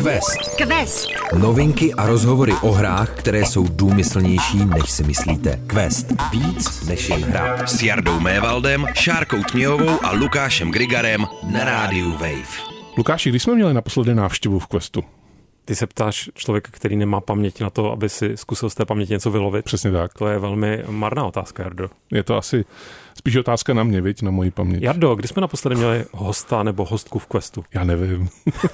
Quest. Novinky a rozhovory o hrách, které jsou důmyslnější, než si myslíte. Quest. Víc než jen hra. S Jardou Mévaldem, Šárkou Tměhovou a Lukášem Grigarem na rádiu Wave. Lukáši, když jsme měli naposledy návštěvu v Questu? Ty se ptáš člověka, který nemá paměť na to, aby si zkusil z té paměti něco vylovit? Přesně tak. To je velmi marná otázka, Jardo. Je to asi spíš otázka na mě, viď, na moji paměť. Jardo, kdy jsme naposledy měli hosta nebo hostku v Questu? Já nevím.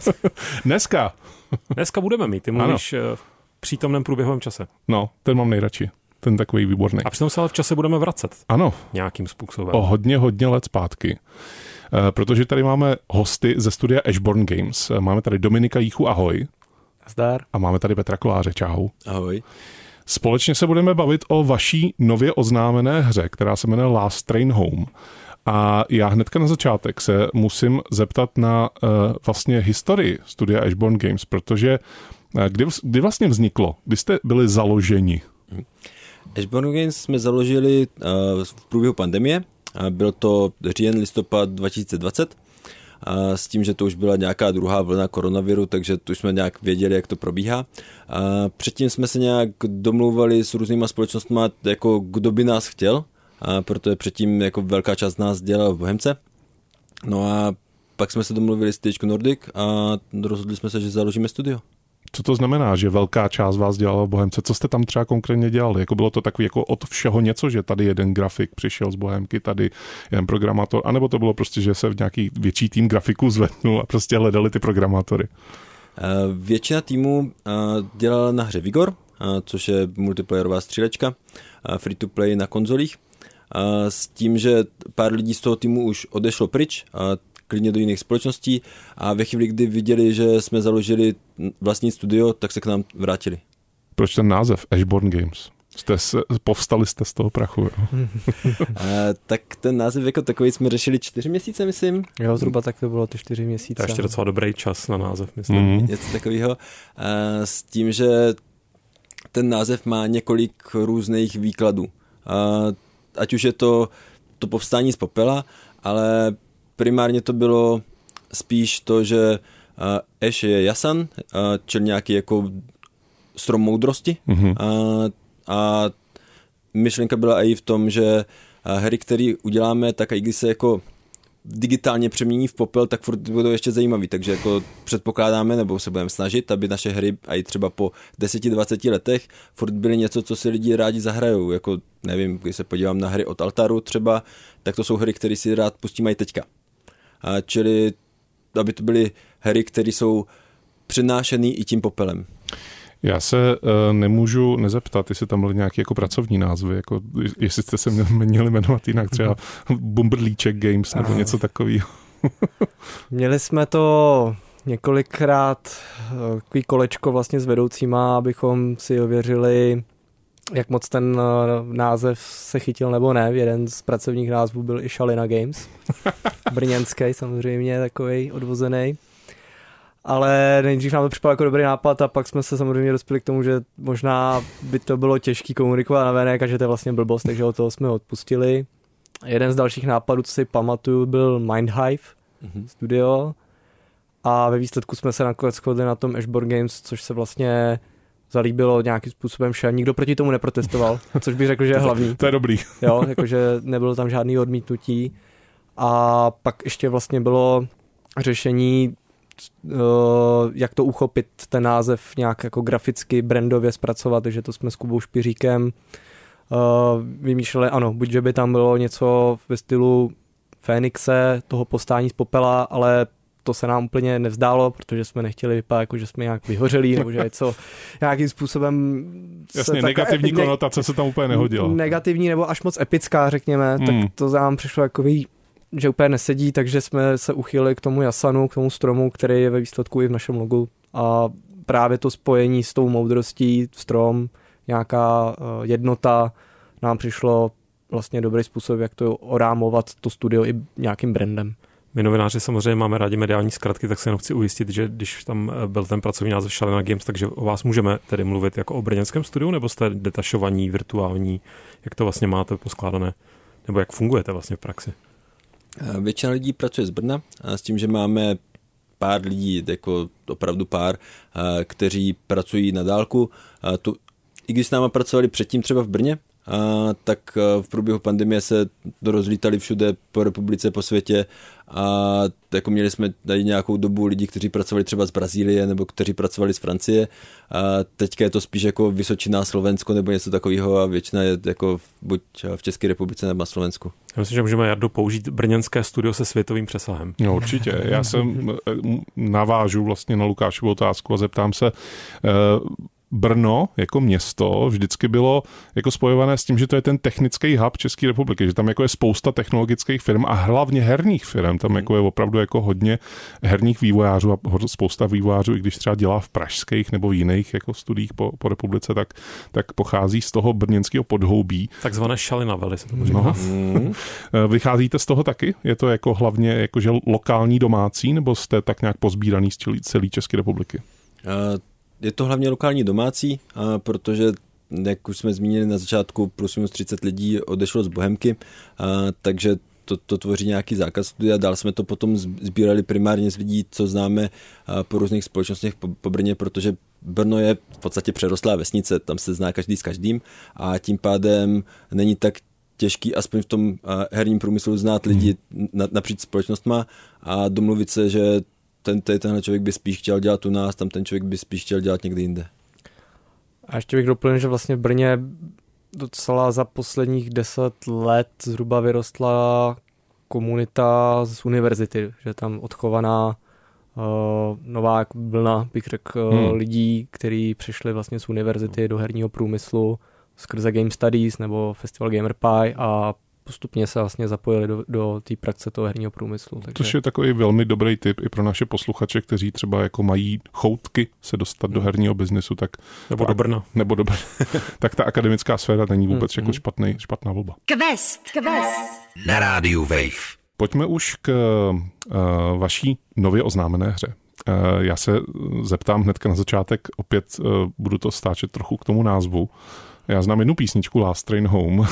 Dneska. Dneska budeme mít, ty mluvíš v přítomném průběhovém čase. No, ten mám nejradši. Ten takový výborný. A přitom se ale v čase budeme vracet. Ano. Nějakým způsobem. O hodně let zpátky. Protože tady máme hosty ze studia Ashborn Games. Máme tady Dominika Jíchu, ahoj. Zdar. A máme tady Petra Koláře, čau. Ahoj. Společně se budeme bavit o vaší nově oznámené hře, která se jmenuje Last Train Home. A já hnedka na začátek se musím zeptat na vlastně historii studia Ashborn Games, protože kdy vlastně vzniklo? Kdy jste byli založeni? Ashborn Games jsme založili v průběhu pandemie. Byl to říjen, listopad 2020. S tím, že to už byla nějaká druhá vlna koronaviru, takže tu jsme nějak věděli, jak to probíhá. Předtím jsme se nějak domlouvali s různýma společnostmi, jako kdo by nás chtěl, protože předtím jako velká část nás dělala v Bohemce. No a pak jsme se domluvili s THQ Nordic a rozhodli jsme se, že založíme studio. Co to znamená, že velká část vás dělala v Bohemce? Co jste tam třeba konkrétně dělali? Jako bylo to takový jako od všeho něco, že tady jeden grafik přišel z Bohemky, tady jeden programátor, anebo to bylo prostě, že se v nějaký větší tým grafiků zvednul a prostě hledali ty programátory? Většina týmů dělala na hře Vigor, což je multiplayerová střílečka, free to play na konzolích, s tím, že pár lidí z toho týmu už odešlo pryč, klidně do jiných společností a ve chvíli, kdy viděli, že jsme založili vlastní studio, tak se k nám vrátili. Proč ten název Ashborn Games? Povstali jste z toho prachu, jo? Tak ten název jako takový jsme řešili 4 měsíce, myslím. Jo, zhruba tak to bylo ty 4 měsíce. To je ještě docela dobrý čas na název, myslím. Něco takového. S tím, že ten název má několik různých výkladů. Ať už je to povstání z popela, ale primárně to bylo spíš to, že Ash je jasan, čili nějaký jako strom moudrosti. A myšlenka byla i v tom, že hry, které uděláme, tak i když se jako digitálně přemění v popel, tak furt budou ještě zajímavý. Takže jako předpokládáme, nebo se budeme snažit, aby naše hry i třeba po 10-20 letech furt byly něco, co si lidi rádi zahrajou. Jako nevím, když se podívám na hry od Altaru třeba, tak to jsou hry, které si rád pustím i teďka. Čili aby to byly hry, které jsou přenášený i tím popelem. Já se nemůžu nezeptat, jestli tam byly nějaké jako pracovní názvy, jako jestli jste se měli jmenovat jinak, třeba Bumberlíček Games nebo něco takového. Měli jsme to několikrát takový kolečko vlastně s vedoucíma, abychom si ověřili, jak moc ten název se chytil nebo ne. Jeden z pracovních názvů byl i Šalina Games. Brněnský samozřejmě, takovej odvozený. Ale nejdřív nám to připadalo jako dobrý nápad a pak jsme se samozřejmě dospěli k tomu, že možná by to bylo těžký komunikovat na venek a že to je vlastně blbost, takže od toho jsme odpustili. Jeden z dalších nápadů, co si pamatuju, byl Mindhive studio a ve výsledku jsme se nakonec shodli na tom Ashborn Games, což se vlastně zalíbilo nějakým způsobem všem. Nikdo proti tomu neprotestoval, což bych řekl, že je hlavní. To je dobrý. Jo, jakože nebylo tam žádný odmítnutí. A pak ještě vlastně bylo řešení, jak to uchopit, ten název nějak jako graficky, brandově zpracovat, takže to jsme s Kubou Špiříkem vymýšleli, ano, buď že by tam bylo něco ve stylu Fénixe, toho povstání z popela, ale to se nám úplně nevzdálo, protože jsme nechtěli vypadat jako, že jsme nějak vyhořelí, nebo že něco nějakým způsobem... Jasně, negativní konotace se tam úplně nehodila. Negativní nebo až moc epická, řekněme, tak to nám přišlo takový, že úplně nesedí, takže jsme se uchýlili k tomu jasanu, k tomu stromu, který je ve výsledku i v našem logu. A právě to spojení s tou moudrostí, strom, nějaká jednota, nám přišlo vlastně dobrý způsob, jak to orámovat to studio i nějakým brandem. My novináři samozřejmě máme rádi mediální zkratky, tak se jenom chci ujistit, že když tam byl ten pracovní název Šalina Games, takže o vás můžeme tedy mluvit jako o brněnském studiu, nebo jste detašovaní, virtuální, jak to vlastně máte poskládané, nebo jak fungujete vlastně v praxi? Většina lidí pracuje z Brna s tím, že máme pár lidí, jako opravdu pár, kteří pracují na dálku. I když s náma pracovali předtím třeba v Brně, tak v průběhu pandemie se rozlítali všude po republice, po světě a jako měli jsme tady nějakou dobu lidi, kteří pracovali třeba z Brazílie nebo kteří pracovali z Francie a teďka je to spíš jako Vysočina, Slovensko nebo něco takového a většina je jako buď v České republice nebo na Slovensku. Já myslím, že můžeme, Jardo, použít brněnské studio se světovým přesahem. No určitě. Já jsem navážu vlastně na Lukášovu otázku a zeptám se, Brno jako město vždycky bylo jako spojované s tím, že to je ten technický hub České republiky, že tam jako je spousta technologických firm a hlavně herních firm. Tam jako je opravdu jako hodně herních vývojářů a spousta vývojářů, i když třeba dělá v pražských nebo v jiných jako studiích po republice, tak pochází z toho brněnského podhoubí. Takzvané šalinavely se tomu říká. Vycházíte z toho taky? Je to jako hlavně jakože lokální domácí, nebo jste tak nějak pozbíraný z celé České republiky? Je to hlavně lokální domácí, protože, jak už jsme zmínili na začátku, plus minus 30 lidí odešlo z Bohemky, takže to tvoří nějaký zákaz studia. Dál jsme to potom sbírali primárně z lidí, co známe po různých společnostech po Brně, protože Brno je v podstatě přerostlá vesnice, tam se zná každý s každým a tím pádem není tak těžký aspoň v tom herním průmyslu znát lidi napříč společnostma a domluvit se, že tenhle člověk by spíš chtěl dělat u nás, tam ten člověk by spíš chtěl dělat někde jinde. A ještě bych doplnil, že vlastně v Brně docela za posledních 10 let zhruba vyrostla komunita z univerzity, že tam odchovaná nová jako vlna, bych řekl, lidí, kteří přišli vlastně z univerzity do herního průmyslu skrze Game Studies nebo Festival Gamer Pie a postupně se vlastně zapojili do té praxe toho herního průmyslu. Takže... Což je takový velmi dobrý tip i pro naše posluchače, kteří třeba jako mají choutky se dostat do herního biznesu, tak nebo do Brna. Tak ta akademická sféra není vůbec jako špatná volba. Quest na rádiu Wave. Pojďme už k vaší nově oznámené hře. Já se zeptám hnedka na začátek, opět budu to stáčet trochu k tomu názvu. Já znám jednu písničku Last Train Home.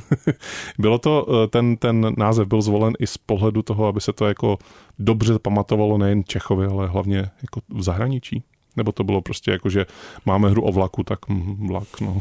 Bylo to, ten název byl zvolen i z pohledu toho, aby se to jako dobře pamatovalo nejen Čechovi, ale hlavně jako v zahraničí. Nebo to bylo prostě jako, že máme hru o vlaku, tak vlak, no.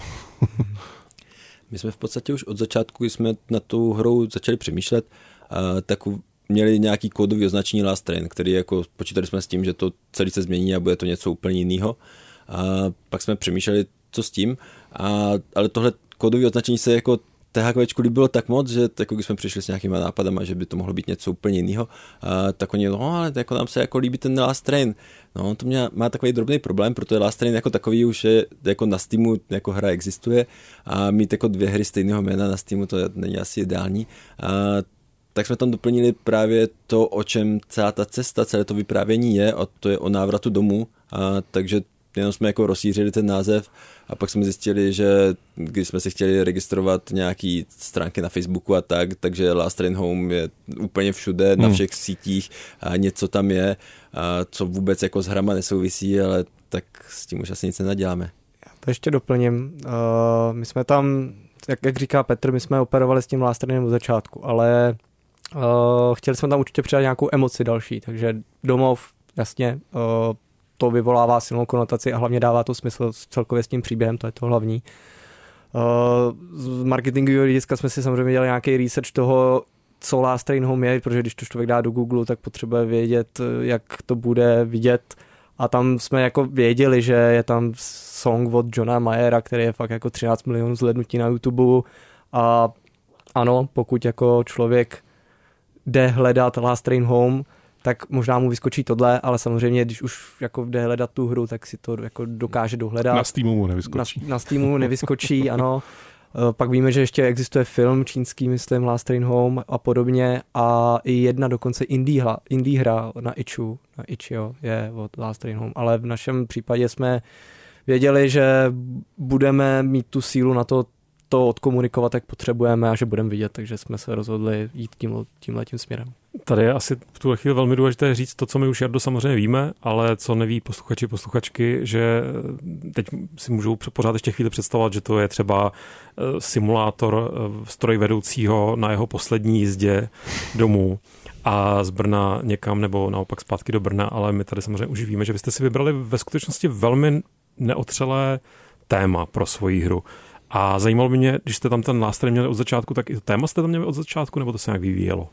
My jsme v podstatě už od začátku, když jsme na tu hrou začali přemýšlet, tak měli nějaký kódový označení Last Train, který jako počítali jsme s tím, že to celý se změní a bude to něco úplně jiného. A pak jsme přemýšleli, co s tím, ale tohle kódové označení se jako THQčku líbilo tak moc, že jako když jsme přišli s nějakýma nápadama, že by to mohlo být něco úplně jiného, tak oni, ale jako nám se jako líbí ten Last Train. No, to má takový drobný problém, protože Last Train jako takový už je jako na Steamu jako hra existuje a mít jako 2 hry stejného jména na Steamu to není asi ideální. Tak jsme tam doplnili právě to, o čem celá ta cesta, celé to vyprávění je, a to je o návratu domů, takže jenom jsme jako rozšířili ten název a pak jsme zjistili, že když jsme si chtěli registrovat nějaký stránky na Facebooku a takže Last Train Home je úplně všude, na všech sítích a něco tam je, co vůbec jako s hrama nesouvisí, ale tak s tím už asi nic nenaděláme. Já to ještě doplním. My jsme tam, jak říká Petr, my jsme operovali s tím Last Trainem od začátku, ale chtěli jsme tam určitě přidat nějakou emoci další, takže domov, jasně, to vyvolává silnou konotaci a hlavně dává to smysl celkově s tím příběhem, to je to hlavní. Z marketingového hlediska jsme si samozřejmě dělali nějaký research toho, co Last Train Home je, protože když to člověk dá do Google, tak potřebuje vědět, jak to bude vidět. A tam jsme jako věděli, že je tam song od Johna Mayera, který je fakt jako 13 milionů zhlédnutí na YouTube. A ano, pokud jako člověk jde hledat Last Train Home, tak možná mu vyskočí tohle, ale samozřejmě, když už jako jde hledat tu hru, tak si to jako dokáže dohledat. Na Steamu mu nevyskočí. Na Steamu mu nevyskočí, ano. Pak víme, že ještě existuje film čínský, myslím, Last Train Home a podobně a i jedna dokonce indie hra na Itch.io je od Last Train Home, ale v našem případě jsme věděli, že budeme mít tu sílu na to odkomunikovat, jak potřebujeme a že budeme vidět, takže jsme se rozhodli jít tímhletím směrem. Tady je asi v tuhle chvíli velmi důležité říct to, co my už, Jardo, samozřejmě víme, ale co neví posluchačky, že teď si můžou pořád ještě chvíli představovat, že to je třeba simulátor strojvedoucího na jeho poslední jízdě domů. a z Brna někam nebo naopak zpátky do Brna, ale my tady samozřejmě už víme, že vy jste si vybrali ve skutečnosti velmi neotřelé téma pro svoji hru. A zajímalo by mě, když jste tam ten nástroj měli od začátku, tak i to téma jste tam měli od začátku, nebo to se nějak vyvíjelo?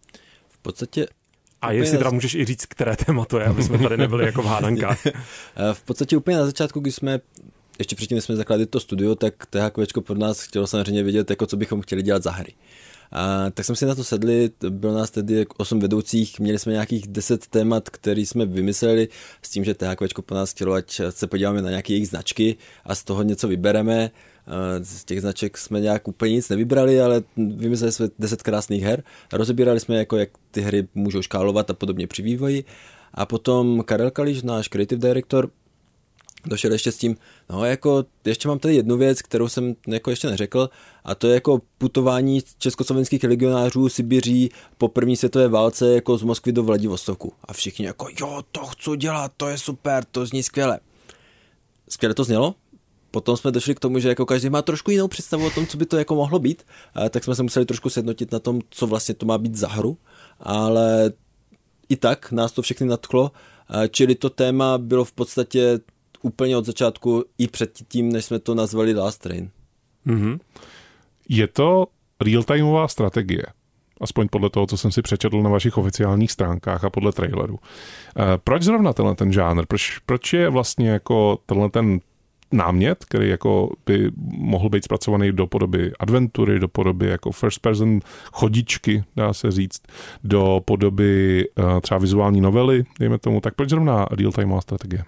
V podstatě... A jestli teda můžeš i říct, které téma to je, aby jsme tady nebyli jako v hádankách. V podstatě úplně na začátku, když jsme, ještě předtím, než jsme zakládali to studio, tak THQčko pro nás chtělo samozřejmě vědět, jako co bychom chtěli dělat za hry. Tak jsme si na to sedli, bylo nás tedy 8 vedoucích, měli jsme nějakých 10 témat, které jsme vymysleli, s tím, že THQčko po nás chtělo, ať se podíváme na nějaké jejich značky a z toho něco vybereme. Z těch značek jsme nějak úplně nic nevybrali, ale vymysleli jsme 10 krásných her. Rozebírali jsme, jako jak ty hry můžou škálovat a podobně při vývoji. A potom Karel Kališ, náš creative director, došel ještě s tím, no jako ještě mám tady jednu věc, kterou jsem jako ještě neřekl, a to je jako putování československých legionářů Sibiří po první světové válce jako z Moskvy do Vladivostoku. A všichni jako jo, to chci dělat, to je super, to zní skvěle. Skvěle to znělo. Potom jsme došli k tomu, že jako každý má trošku jinou představu o tom, co by to jako mohlo být, tak jsme se museli trošku sjednotit na tom, co vlastně to má být za hru, ale i tak nás to všechny nadchlo, čili to téma bylo v podstatě úplně od začátku i před tím, než jsme to nazvali Last Train. Mm-hmm. Je to real-timeová strategie, aspoň podle toho, co jsem si přečetl na vašich oficiálních stránkách a podle traileru. Proč zrovna tenhle ten žánr? Proč je vlastně jako tenhle ten námět, který jako by mohl být zpracovaný do podoby adventury, do podoby jako first person chodičky, dá se říct, do podoby třeba vizuální novely, dejme tomu, tak proč zrovna real-timeová strategie?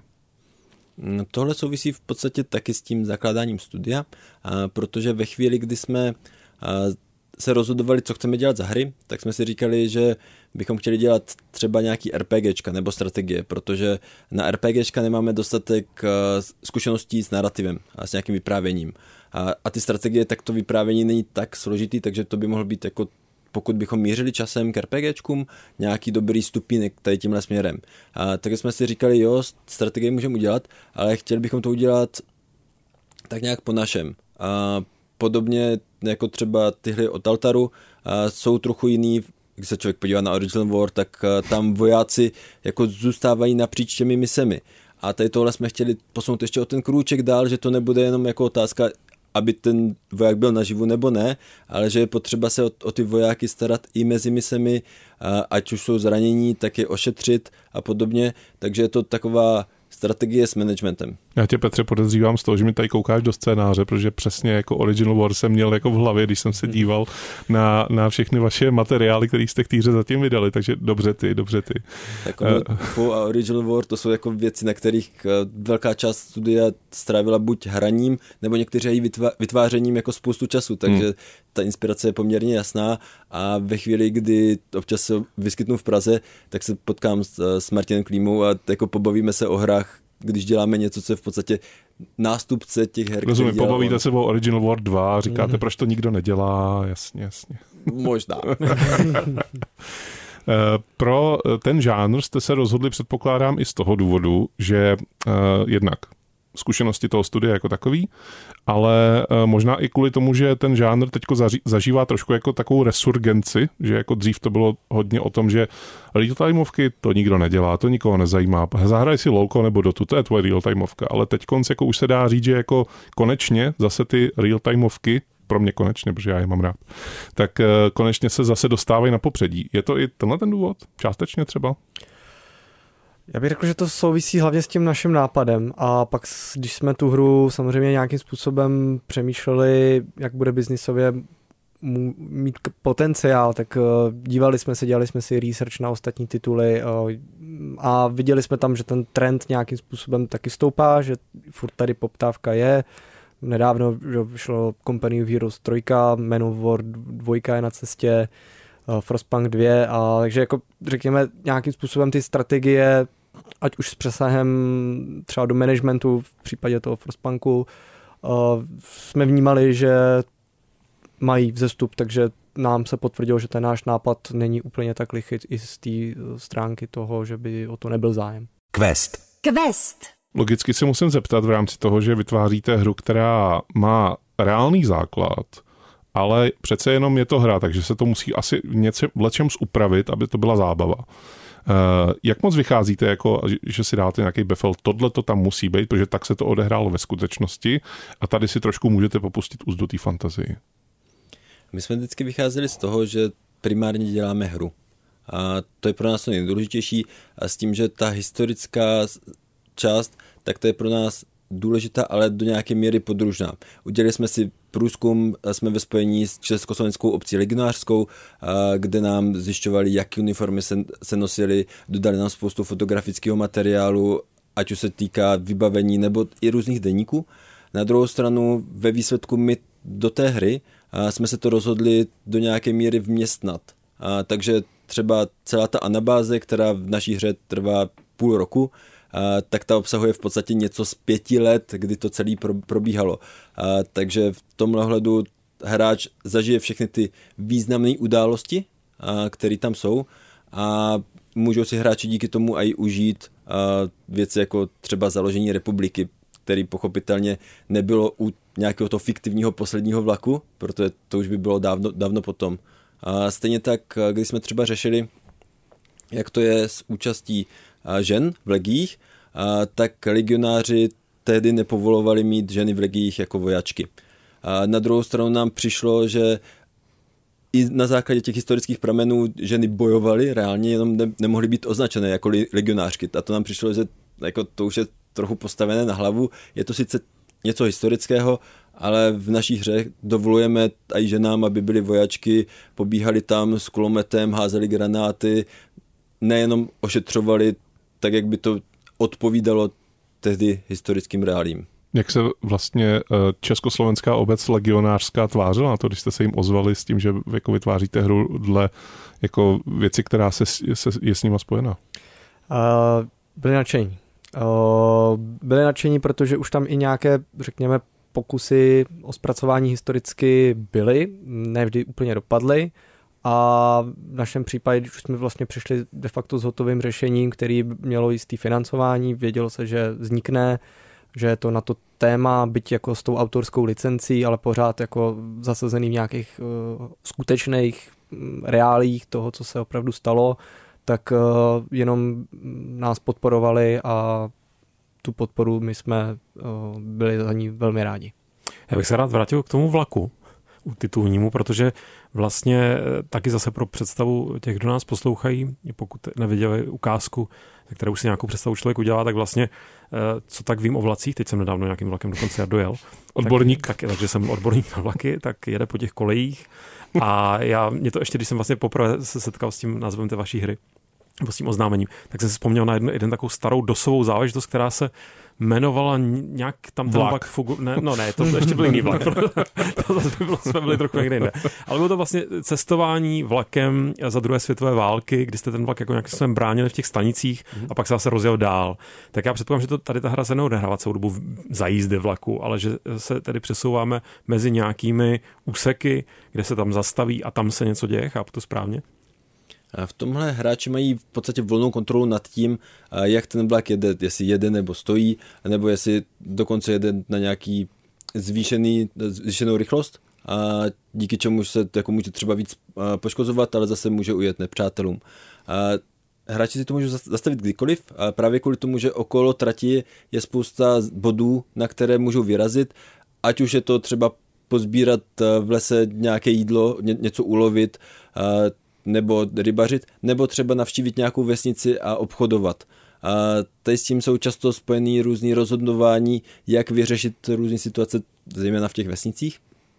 Tohle souvisí v podstatě taky s tím zakládáním studia, protože ve chvíli, kdy jsme se rozhodovali, co chceme dělat za hry, tak jsme si říkali, že bychom chtěli dělat třeba nějaký RPGčka nebo strategie, protože na RPGčka nemáme dostatek zkušeností s narrativem a s nějakým vyprávěním. A ty strategie, tak to vyprávění není tak složitý, takže to by mohlo být jako, pokud bychom mířili časem k RPGčkům, nějaký dobrý stupínek tady tímhle směrem. Takže jsme si říkali, jo, strategie můžeme udělat, ale chtěli bychom to udělat tak nějak po našem. Podobně jako třeba tyhle od Altaru jsou trochu jiný. Když se člověk podívá na Original War, tak tam vojáci jako zůstávají napříč těmi misemi. A tady tohle jsme chtěli posunout ještě o ten krůček dál, že to nebude jenom jako otázka, aby ten voják byl naživu nebo ne, ale že je potřeba se o ty vojáky starat i mezi misemi, ať už jsou zranění, tak je ošetřit a podobně. Takže je to taková strategie s managementem. Já tě, Petře, podezřívám z toho, že mi tady koukáš do scénáře, protože přesně jako Original War jsem měl jako v hlavě, když jsem se díval na všechny vaše materiály, které jste k té hře zatím vydali, takže dobře ty. Tak UFO a Original War, to jsou jako věci, na kterých velká část studia strávila buď hraním, nebo někteří i vytvářením jako spoustu času, takže ta inspirace je poměrně jasná a ve chvíli, kdy občas se vyskytnu v Praze, tak se potkám s Martinem Klímou a jako pobavíme se o hrách, když děláme něco, co je v podstatě nástupce těch her. Rozumím, pobavíte se o Original War 2 a říkáte, proč to nikdo nedělá, jasně. Možná. Pro ten žánr jste se rozhodli, předpokládám, i z toho důvodu, že jednak zkušenosti toho studia jako takový, ale možná i kvůli tomu, že ten žánr teďko zažívá trošku jako takovou resurgenci, že jako dřív to bylo hodně o tom, že real-timeovky to nikdo nedělá, to nikoho nezajímá. Zahraj si LOLko nebo Dotu, to je tvoje real-timeovka, ale teďkonc jako už se dá říct, že jako konečně zase ty real-timeovky, pro mě konečně, protože já je mám rád, tak konečně se zase dostávají na popředí. Je to i tenhle ten důvod? Částečně třeba? Já bych řekl, že to souvisí hlavně s tím naším nápadem a pak, když jsme tu hru samozřejmě nějakým způsobem přemýšleli, jak bude biznisově mít potenciál, tak dívali jsme se, dělali jsme si research na ostatní tituly a viděli jsme tam, že ten trend nějakým způsobem taky stoupá, že furt tady poptávka je. Nedávno vyšlo Company of Heroes 3, Man of War 2 je na cestě, Frostpunk 2 a takže jako řekněme nějakým způsobem ty strategie, ať už s přesahem třeba do managementu v případě toho Frostpunku, jsme vnímali, že mají vzestup, takže nám se potvrdilo, že ten náš nápad není úplně tak lichý i z té stránky toho, že by o to nebyl zájem. Quest. Logicky se musím zeptat v rámci toho, že vytváříte hru, která má reálný základ ale přece jenom je to hra, takže se to musí asi v lecčems upravit, aby to byla zábava. Jak moc vycházíte, jako, že si dáte nějaký befel, tohle to tam musí být, protože tak se to odehrálo ve skutečnosti a tady si trošku můžete popustit úzdu té fantazii? My jsme vždycky vycházeli z toho, že primárně děláme hru. A to je pro nás to nejdůležitější a s tím, že ta historická část, tak to je pro nás důležitá, ale do nějaké míry podružná. Udělali jsme si průzkum, jsme ve spojení s československou obcí legionářskou, kde nám zjišťovali, jaké uniformy se nosily, dodali nám spoustu fotografického materiálu, ať už se týká vybavení nebo i různých deníků. Na druhou stranu ve výsledku my do té hry jsme se to rozhodli do nějaké míry vměstnat. Takže třeba celá ta anabáze, která v naší hře trvá půl roku, tak ta obsahuje v podstatě něco z 5 let, kdy to celé probíhalo. Takže v tomhle ohledu hráč zažije všechny ty významné události, které tam jsou a můžou si hráči díky tomu i užít věci jako třeba založení republiky, který pochopitelně nebylo u nějakého toho fiktivního posledního vlaku, protože to už by bylo dávno potom. A stejně tak, když jsme třeba řešili, jak to je s účastí žen v legiích, tak legionáři tehdy nepovolovali mít ženy v legiích jako vojačky. Na druhou stranu nám přišlo, že i na základě těch historických pramenů ženy bojovaly reálně, jenom nemohly být označené jako legionářky. A to nám přišlo, že jako to už je trochu postavené na hlavu. Je to sice něco historického, ale v naší hře dovolujeme i ženám, aby byly vojačky, pobíhali tam s kulometem, házeli granáty, nejenom ošetřovali tak, jak by to odpovídalo tehdy historickým reálím. Jak se vlastně československá obec legionářská tvářila na to, když jste se jim ozvali s tím, že jako vytváříte hru dle jako věci, která je s nima spojena? Byli nadšení. Byli nadšení, protože už tam i nějaké, řekněme, pokusy o zpracování historicky byly, ne vždy úplně dopadly. A v našem případě, když jsme vlastně přišli de facto s hotovým řešením, který mělo jistý financování, vědělo se, že vznikne, že je to na to téma, byť jako s tou autorskou licencí, ale pořád jako zasazený v nějakých skutečných reálích toho, co se opravdu stalo, tak jenom nás podporovali a tu podporu my jsme byli za ní velmi rádi. Já bych se rád vrátil k tomu vlaku titulnímu, protože vlastně taky zase pro představu těch, kdo nás poslouchají, pokud neviděli ukázku, kterou už si nějakou představu člověk udělá, tak vlastně, co tak vím o vlacích, teď jsem nedávno nějakým vlakem dokonce dojel. Odborník. Takže jsem odborník na vlaky, tak jede po těch kolejích a mě to ještě, když jsem vlastně poprvé se setkal s tím názvem té vaší hry, nebo s tím oznámením, tak jsem si vzpomněl na jeden takovou starou dosovou záležitost, která se jmenovala nějak tam ten vlak ne, to ještě byl jiný vlak. To zase jsme byli trochu někde jinde. Ale bylo to vlastně cestování vlakem za druhé světové války, kdy jste ten vlak jako nějak jsme bránili v těch stanicích a pak se zase rozjel dál. Tak já předpokládám, že tady ta hra se neodehrává celou dobu za jízdy vlaku, ale že se tedy přesouváme mezi nějakými úseky, kde se tam zastaví a tam se něco děje, chápu to správně? V tomhle hráči mají v podstatě volnou kontrolu nad tím, jak ten vlak jede, jestli jede nebo stojí, nebo jestli dokonce jede na nějaký zvýšenou rychlost, a díky čemu se jako může třeba víc poškozovat, ale zase může ujet nepřátelům. Hráči si to můžou zastavit kdykoliv, a právě kvůli tomu, že okolo trati je spousta bodů, na které můžou vyrazit, ať už je to třeba pozbírat v lese nějaké jídlo, něco ulovit, nebo rybařit, nebo třeba navštívit nějakou vesnici a obchodovat. A tady s tím jsou často spojený různý rozhodování, jak vyřešit různé situace, zejména v těch vesnicích.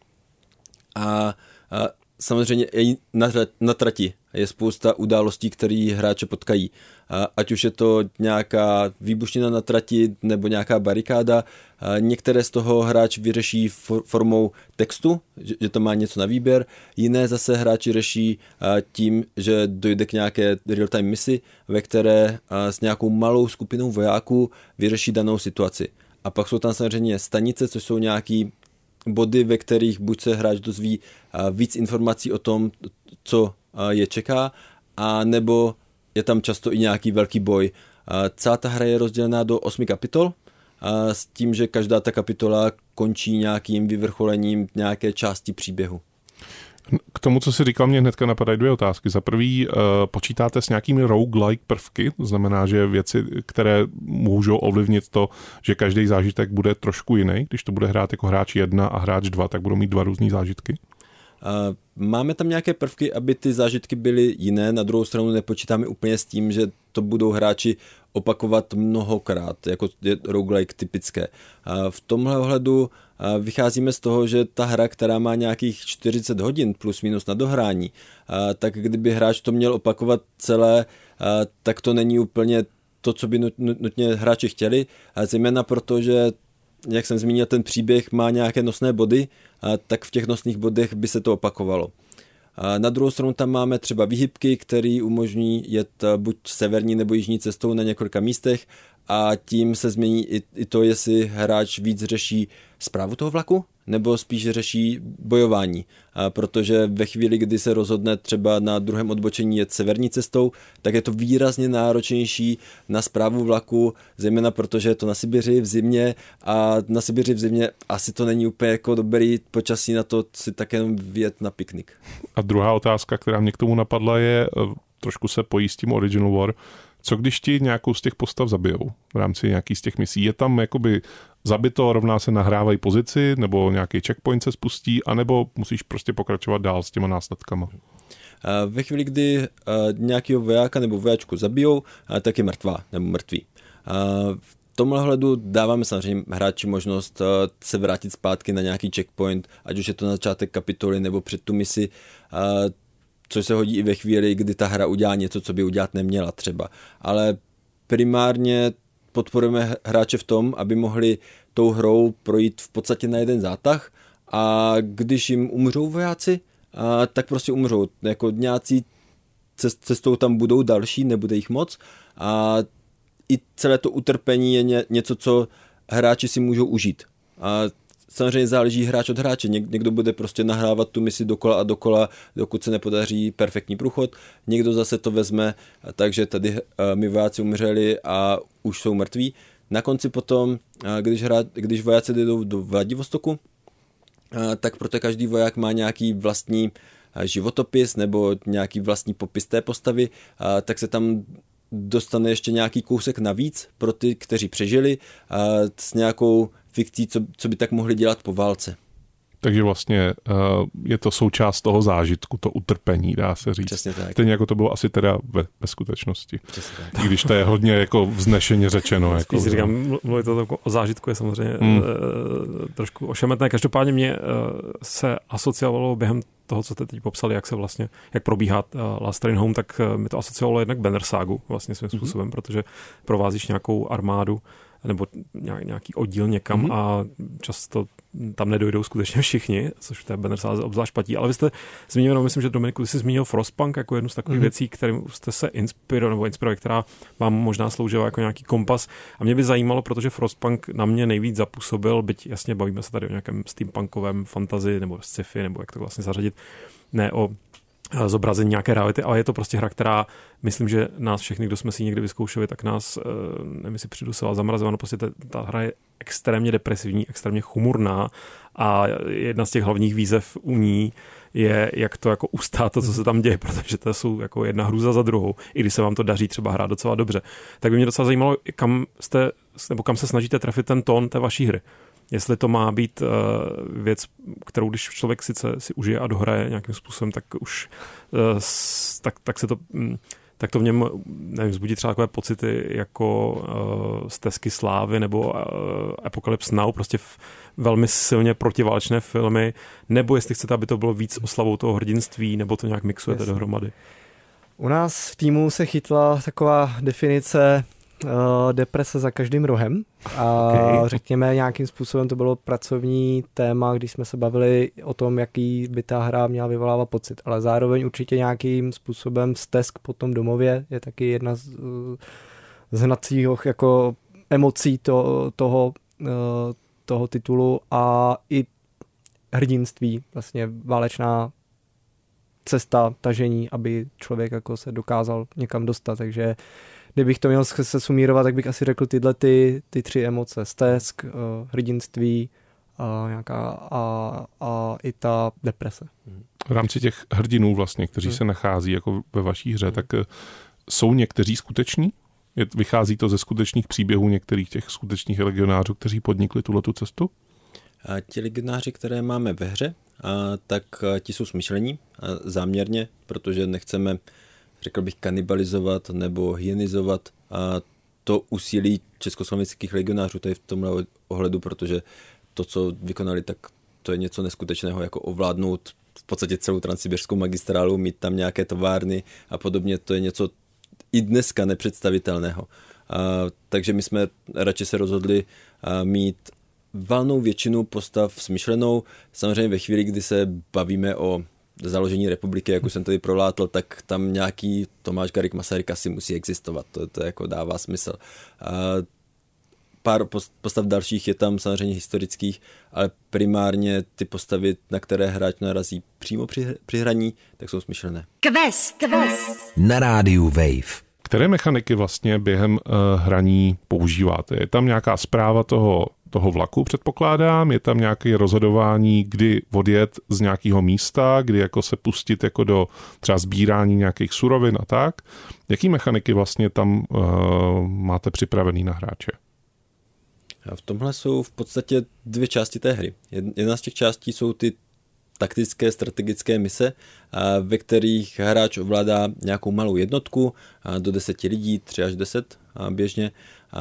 A samozřejmě i na trati je spousta událostí, které hráče potkají. Ať už je to nějaká výbušnina na trati nebo nějaká barikáda. Některé z toho hráč vyřeší formou textu, že to má něco na výběr. Jiné zase hráči řeší tím, že dojde k nějaké real-time misi, ve které s nějakou malou skupinou vojáků vyřeší danou situaci. A pak jsou tam samozřejmě stanice, což jsou nějaký body, ve kterých buď se hráč dozví víc informací o tom, co je čeká, a nebo je tam často i nějaký velký boj. Celá ta hra je rozdělená do 8 kapitol, s tím, že každá ta kapitola končí nějakým vyvrcholením nějaké části příběhu. K tomu, co jsi říkal, mě hnedka napadají 2 otázky. Za prvý, počítáte s nějakými roguelike prvky, to znamená, že věci, které můžou ovlivnit to, že každý zážitek bude trošku jiný, když to bude hrát jako hráč 1 a hráč 2, tak budou mít 2 různý zážitky? Máme tam nějaké prvky, aby ty zážitky byly jiné, na druhou stranu nepočítáme úplně s tím, že to budou hráči opakovat mnohokrát, jako je roguelike typické. V tomhle ohledu vycházíme z toho, že ta hra, která má nějakých 40 hodin plus minus na dohrání, tak kdyby hráč to měl opakovat celé, tak to není úplně to, co by nutně hráči chtěli, zejména proto, že jak jsem zmínil, ten příběh má nějaké nosné body, tak v těch nosných bodech by se to opakovalo. Na druhou stranu tam máme třeba výhybky, které umožní jet buď severní nebo jižní cestou na několika místech a tím se změní i to, jestli hráč víc řeší správu toho vlaku nebo spíš řeší bojování. Protože ve chvíli, kdy se rozhodne třeba na druhém odbočení jet severní cestou, tak je to výrazně náročnější na správu vlaku, zejména protože je to na Sibiři v zimě a na Sibiři v zimě asi to není úplně jako dobrý počasí na to si tak jenom vyjet na piknik. A druhá otázka, která mě k tomu napadla, je, trošku se pojí s tím Original War, co když ti nějakou z těch postav zabijou v rámci nějaký z těch misí? Je tam jakoby zabito, rovná se nahrávají pozici, nebo nějaký checkpoint se spustí, anebo musíš prostě pokračovat dál s těma následkama? Ve chvíli, kdy nějakého vojáka nebo vojáčku zabijou, tak je mrtvá nebo mrtvý. V tomhle hledu dáváme samozřejmě hráči možnost se vrátit zpátky na nějaký checkpoint, ať už je to na začátek kapitoly nebo před tu misi, což se hodí i ve chvíli, kdy ta hra udělá něco, co by udělat neměla třeba. Ale primárně podporujeme hráče v tom, aby mohli tou hrou projít v podstatě na jeden zátah a když jim umřou vojáci, tak prostě umřou. Jako nějací cestou tam budou další, nebude jich moc a i celé to utrpení je něco, co hráči si můžou užít. A samozřejmě záleží hráč od hráče. Někdo bude prostě nahrávat tu misi dokola a dokola, dokud se nepodaří perfektní průchod. Někdo zase to vezme, takže tady my vojáci umřeli a už jsou mrtví. Na konci potom, když vojáci jdou do Vladivostoku, tak proto každý voják má nějaký vlastní životopis nebo nějaký vlastní popis té postavy, tak se tam dostane ještě nějaký kousek navíc pro ty, kteří přežili, s nějakou fikcí, co by tak mohli dělat po válce. Takže vlastně je to součást toho zážitku, to utrpení, dá se říct. Přesně tak. Stejně jako to bylo asi teda ve skutečnosti. I když to je hodně jako vznešeně řečeno. Spíš jako, říkám, mluvit to o zážitku je samozřejmě trošku ošemetné. Každopádně mě se asociovalo během toho, co jste teď popsali, jak probíhá Last Train Home, tak mi to asociovalo jednak Banner Sagu vlastně svým způsobem, protože provázíš nějakou armádu nebo nějaký oddíl někam a často tam nedojdou skutečně všichni, což v té Banner sáze obzvlášť platí. Ale vy jste zmínil, myslím, že Dominiku, jsi zmínil Frostpunk jako jednu z takových věcí, kterým jste se inspirovali, která vám možná sloužila jako nějaký kompas. A mě by zajímalo, protože Frostpunk na mě nejvíc zapůsobil, byť jasně bavíme se tady o nějakém steampunkovém fantasy nebo sci-fi, nebo jak to vlastně zařadit, ne o zobrazení nějaké reality, ale je to prostě hra, která, myslím, že nás všechny, kdo jsme si někdy vyzkoušeli, tak nás, nevím, si přidusila zamrazováno, prostě ta hra je extrémně depresivní, extrémně chmurná a jedna z těch hlavních výzev u ní je, jak to jako ustát to, co se tam děje, protože to jsou jako jedna hrůza za druhou, i když se vám to daří třeba hrát docela dobře. Tak by mě docela zajímalo, kam se snažíte trefit ten tón té vaší hry. Jestli to má být věc, kterou když člověk sice si užije a dohraje nějakým způsobem, tak už tak to v něm, nevím, vzbudí třeba takové pocity jako Stezky slávy nebo Apocalypse Now, prostě velmi silně protiválečné filmy, nebo jestli chcete, aby to bylo víc oslavou toho hrdinství, nebo to nějak mixujete dohromady. U nás v týmu se chytla taková definice deprese za každým rohem a řekněme nějakým způsobem to bylo pracovní téma, když jsme se bavili o tom, jaký by ta hra měla vyvolávat pocit, ale zároveň určitě nějakým způsobem stesk po tom domově je taky jedna z hnacích jako emocí toho titulu a i hrdinství, vlastně válečná cesta, tažení, aby člověk jako se dokázal někam dostat, takže kdybych to měl se sumírovat, tak bych asi řekl tyhle ty 3 emoce. Stesk, hrdinství a i ta deprese. V rámci těch hrdinů vlastně, kteří se nachází jako ve vaší hře, tak jsou někteří skuteční? Vychází to ze skutečných příběhů některých těch skutečných legionářů, kteří podnikli tuhletu cestu? A ti legionáři, které máme ve hře, tak ti jsou smyšlení záměrně, protože nechceme, řekl bych, kanibalizovat nebo hyenizovat to úsilí československých legionářů tady v tomhle ohledu, protože to, co vykonali, tak to je něco neskutečného, jako ovládnout v podstatě celou transsibirskou magistrálu, mít tam nějaké továrny a podobně, to je něco i dneska nepředstavitelného. Takže my jsme radši se rozhodli mít valnou většinu postav smyšlenou. Samozřejmě ve chvíli, kdy se bavíme o založení republiky, jak už jsem tady prolátl, tak tam nějaký Tomáš Garrigue Masaryk asi musí existovat. To jako dává smysl. Pár postav dalších je tam samozřejmě historických, ale primárně ty postavy, na které hráč narazí přímo při hraní, tak jsou smyšlené. Quest na rádiu Wave. Které mechaniky vlastně během hraní používáte? Je tam nějaká správa toho vlaku, předpokládám? Je tam nějaké rozhodování, kdy odjet z nějakého místa, kdy jako se pustit jako do třeba sbírání nějakých surovin a tak? Jaký mechaniky vlastně tam máte připravený na hráče? V tomhle jsou v podstatě dvě části té hry. Jedna z těch částí jsou ty taktické, strategické mise, ve kterých hráč ovládá nějakou malou jednotku do 10 lidí, 3 až 10 běžně,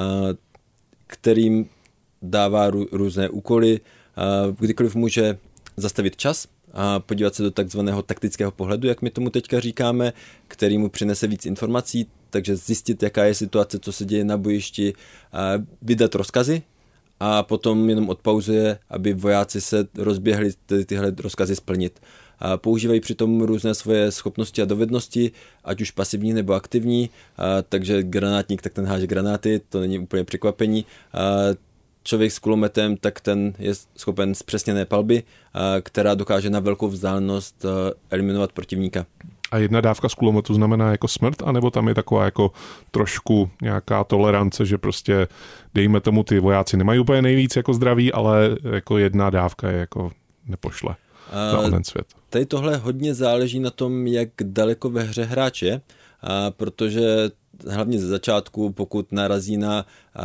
kterým dává různé úkoly, kdykoliv může zastavit čas a podívat se do takzvaného taktického pohledu, jak my tomu teďka říkáme, který mu přinese víc informací, takže zjistit, jaká je situace, co se děje na bojišti, vydat rozkazy a potom jenom odpauzuje, aby vojáci se rozběhli tyhle rozkazy splnit. Používají přitom různé svoje schopnosti a dovednosti, ať už pasivní nebo aktivní, takže granátník, tak ten háže granáty, to není úplně překvapení. Člověk s kulometem, tak ten je schopen zpřesněné palby, která dokáže na velkou vzdálenost eliminovat protivníka. A jedna dávka z kulometu znamená jako smrt, anebo tam je taková jako trošku nějaká tolerance, že prostě dejme tomu, ty vojáci nemají úplně nejvíc jako zdraví, ale jako jedna dávka je jako nepošle za onen svět. Tady tohle hodně záleží na tom, jak daleko ve hře hráč je, protože hlavně ze začátku, pokud narazí na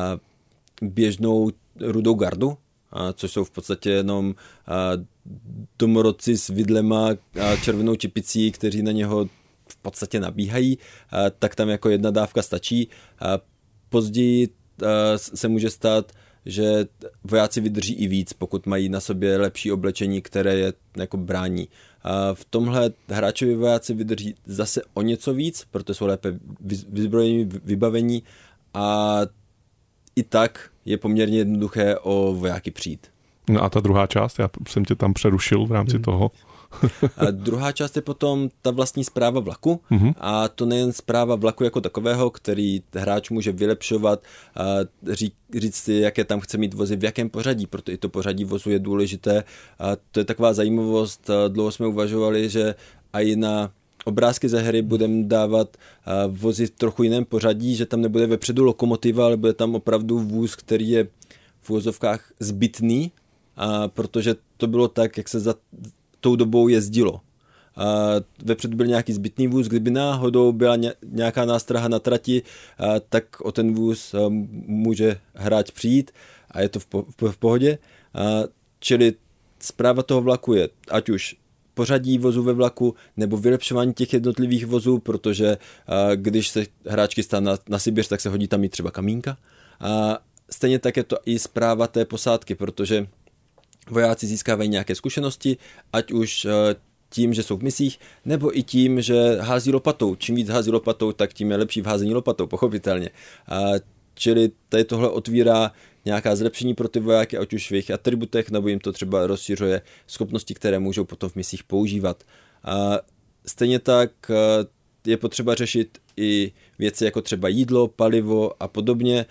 běžnou rudou gardu, což jsou v podstatě jenom domorodci s vidlema a červenou čipicí, kteří na něho v podstatě nabíhají, tak tam jako jedna dávka stačí. Později se může stát, že vojáci vydrží i víc, pokud mají na sobě lepší oblečení, které je jako brání. V tomhle hráčovi vojáci vydrží zase o něco víc, protože jsou lépe vyzbrojení, vybavení a i tak je poměrně jednoduché o vojáky přijít. No a ta druhá část, já jsem tě tam přerušil v rámci toho. A druhá část je potom ta vlastní správa vlaku a to nejen správa vlaku jako takového, který hráč může vylepšovat, říct si, jaké tam chce mít vozy, v jakém pořadí, proto i to pořadí vozu je důležité. A to je taková zajímavost, dlouho jsme uvažovali, že i na obrázky ze hry budeme dávat vozy v trochu jiném pořadí, že tam nebude vepředu lokomotiva, ale bude tam opravdu vůz, který je v uvozovkách zbytný, protože to bylo tak, jak se za tou dobou jezdilo. Vepředu byl nějaký zbytný vůz, kdyby náhodou byla nějaká nástraha na trati, tak o ten vůz může hráč přijít a je to v pohodě. Čili správa toho vlaku je ať už pořadí vozů ve vlaku nebo vylepšování těch jednotlivých vozů, protože když se hráč chystá na Sibiř, tak se hodí tam i třeba kamínka. Stejně tak je to i správa té posádky, protože vojáci získávají nějaké zkušenosti, ať už tím, že jsou v misích, nebo i tím, že hází lopatou. Čím víc hází lopatou, tak tím je lepší v házení lopatou, pochopitelně. Čili tady tohle otvírá nějaká zlepšení pro ty vojáky, ať už v jejich atributech, nebo jim to třeba rozšiřuje schopnosti, které můžou potom v misích používat. Stejně tak je potřeba řešit i věci jako třeba jídlo, palivo a podobně,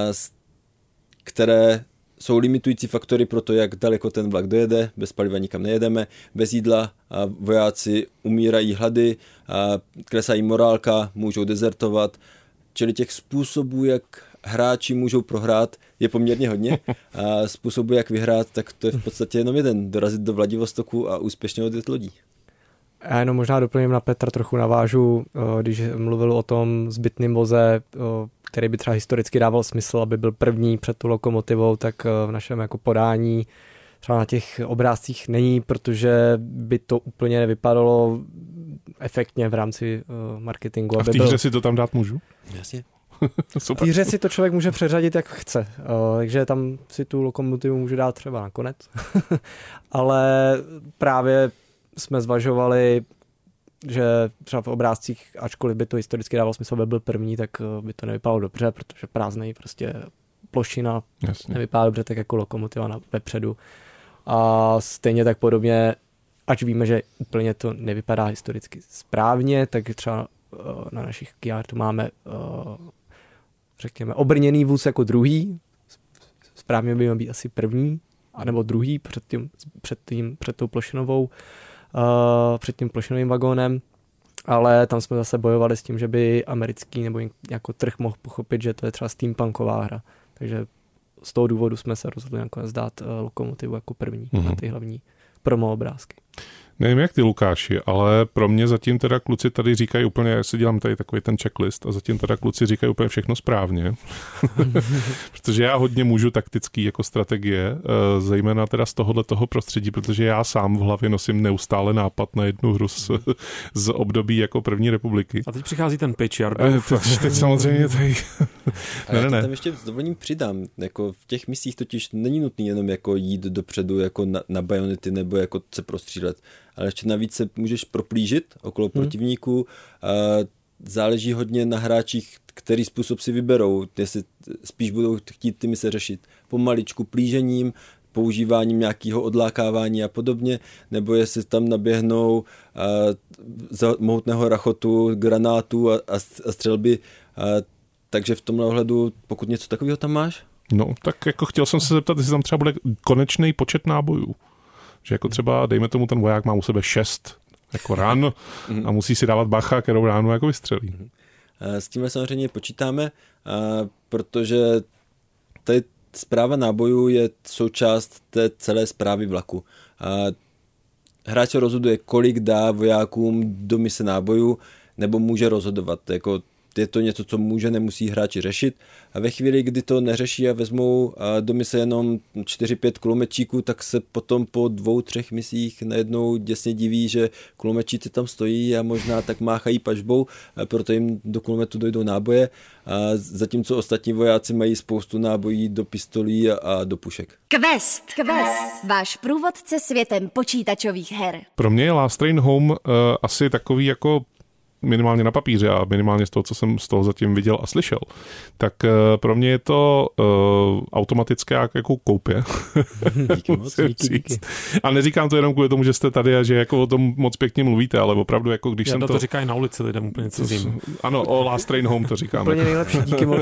které jsou limitující faktory pro to, jak daleko ten vlak dojede, bez paliva nikam nejedeme, bez jídla vojáci umírají hlady, klesají morálka, můžou dezertovat, čili těch způsobů, jak hráči můžou prohrát, je poměrně hodně. A způsobu, jak vyhrát, tak to je v podstatě jenom jeden, dorazit do Vladivostoku a úspěšně odjet lodí. Já jenom možná doplním na Petra, trochu navážu, když mluvil o tom zbytném voze, který by třeba historicky dával smysl, aby byl první před tu lokomotivou, tak v našem jako podání třeba na těch obrázcích není, protože by to úplně nevypadalo efektně v rámci marketingu. A v té hře si to tam dát můžu? Jasně. V té hře si to člověk může přeřadit, jak chce. Takže tam si tu lokomotivu může dát třeba nakonec. Ale právě jsme zvažovali, že třeba v obrázcích, ačkoliv by to historicky dávalo smysl, aby byl první, tak by to nevypadalo dobře, protože prázdnej prostě plošina nevypadá dobře tak jako lokomotiva vepředu. A stejně tak podobně, ač víme, že úplně to nevypadá historicky správně, tak třeba na našich keyartů máme řekněme obrněný vůz jako druhý, správně by měl být asi první, anebo druhý před tou plošinovou, před tím plošinovým vagónem, ale tam jsme zase bojovali s tím, že by americký nebo jako trh mohl pochopit, že to je třeba steampunková hra. Takže z toho důvodu jsme se rozhodli nakonec dát lokomotivu jako první na ty hlavní promo obrázky. Nevím jak ty, Lukáši, ale pro mě zatím teda kluci tady říkají úplně, já si dělám tady takový ten checklist a zatím teda kluci říkají úplně všechno správně. Protože já hodně můžu taktický jako strategie, zejména teda z tohoto prostředí, protože já sám v hlavě nosím neustále nápad na jednu hru z období jako první republiky. A teď přichází ten pitch, Jardo. Teď samozřejmě tady... ne. Tam ještě s dovolením přidám, jako v těch misích totiž není nutný jenom jako jít dopředu jako na bajonety nebo jako se prostřílet, ale ještě navíc se můžeš proplížit okolo protivníků. Záleží hodně na hráčích, který způsob si vyberou, jestli spíš budou chtít ty mise řešit pomaličku plížením, používáním nějakého odlákávání a podobně, nebo jestli tam naběhnou za mohutného rachotu, granátů a střelby. Takže v tomhle ohledu, pokud něco takového tam máš? No, tak jako chtěl jsem se zeptat, jestli tam třeba bude konečný počet nábojů. Že jako třeba, dejme tomu, ten voják má u sebe 6 jako rán a musí si dávat bacha, kterou ránu jako vystřelí. S tímhle samozřejmě počítáme, protože tady správa nábojů je součást té celé správy vlaku. Hráč se rozhoduje, kolik dá vojákům do mise nábojů, nebo může rozhodovat. Jako je to něco, co může, nemusí hráči řešit. A ve chvíli, kdy to neřeší a vezmou do mise jenom 4-5 kulomečíků, tak se potom po 2-3 misích najednou děsně diví, že kulomečíci tam stojí a možná tak máchají pažbou, proto jim do kulometu dojdou náboje, zatímco ostatní vojáci mají spoustu nábojí do pistolí a do pušek. Quest. Váš průvodce světem počítačových her. Pro mě je Last Train Home asi takový jako minimálně na papíře a minimálně z toho, co jsem z toho zatím viděl a slyšel, tak pro mě je to automatické jako koupě. Díky. A neříkám to jenom kvůli tomu, že jste tady a že jako o tom moc pěkně mluvíte, ale opravdu jako když jsem to říkají na ulici lidem úplně cizím. Ano, o Last Train Home to říkám. Úplně nejlepší, díky moc.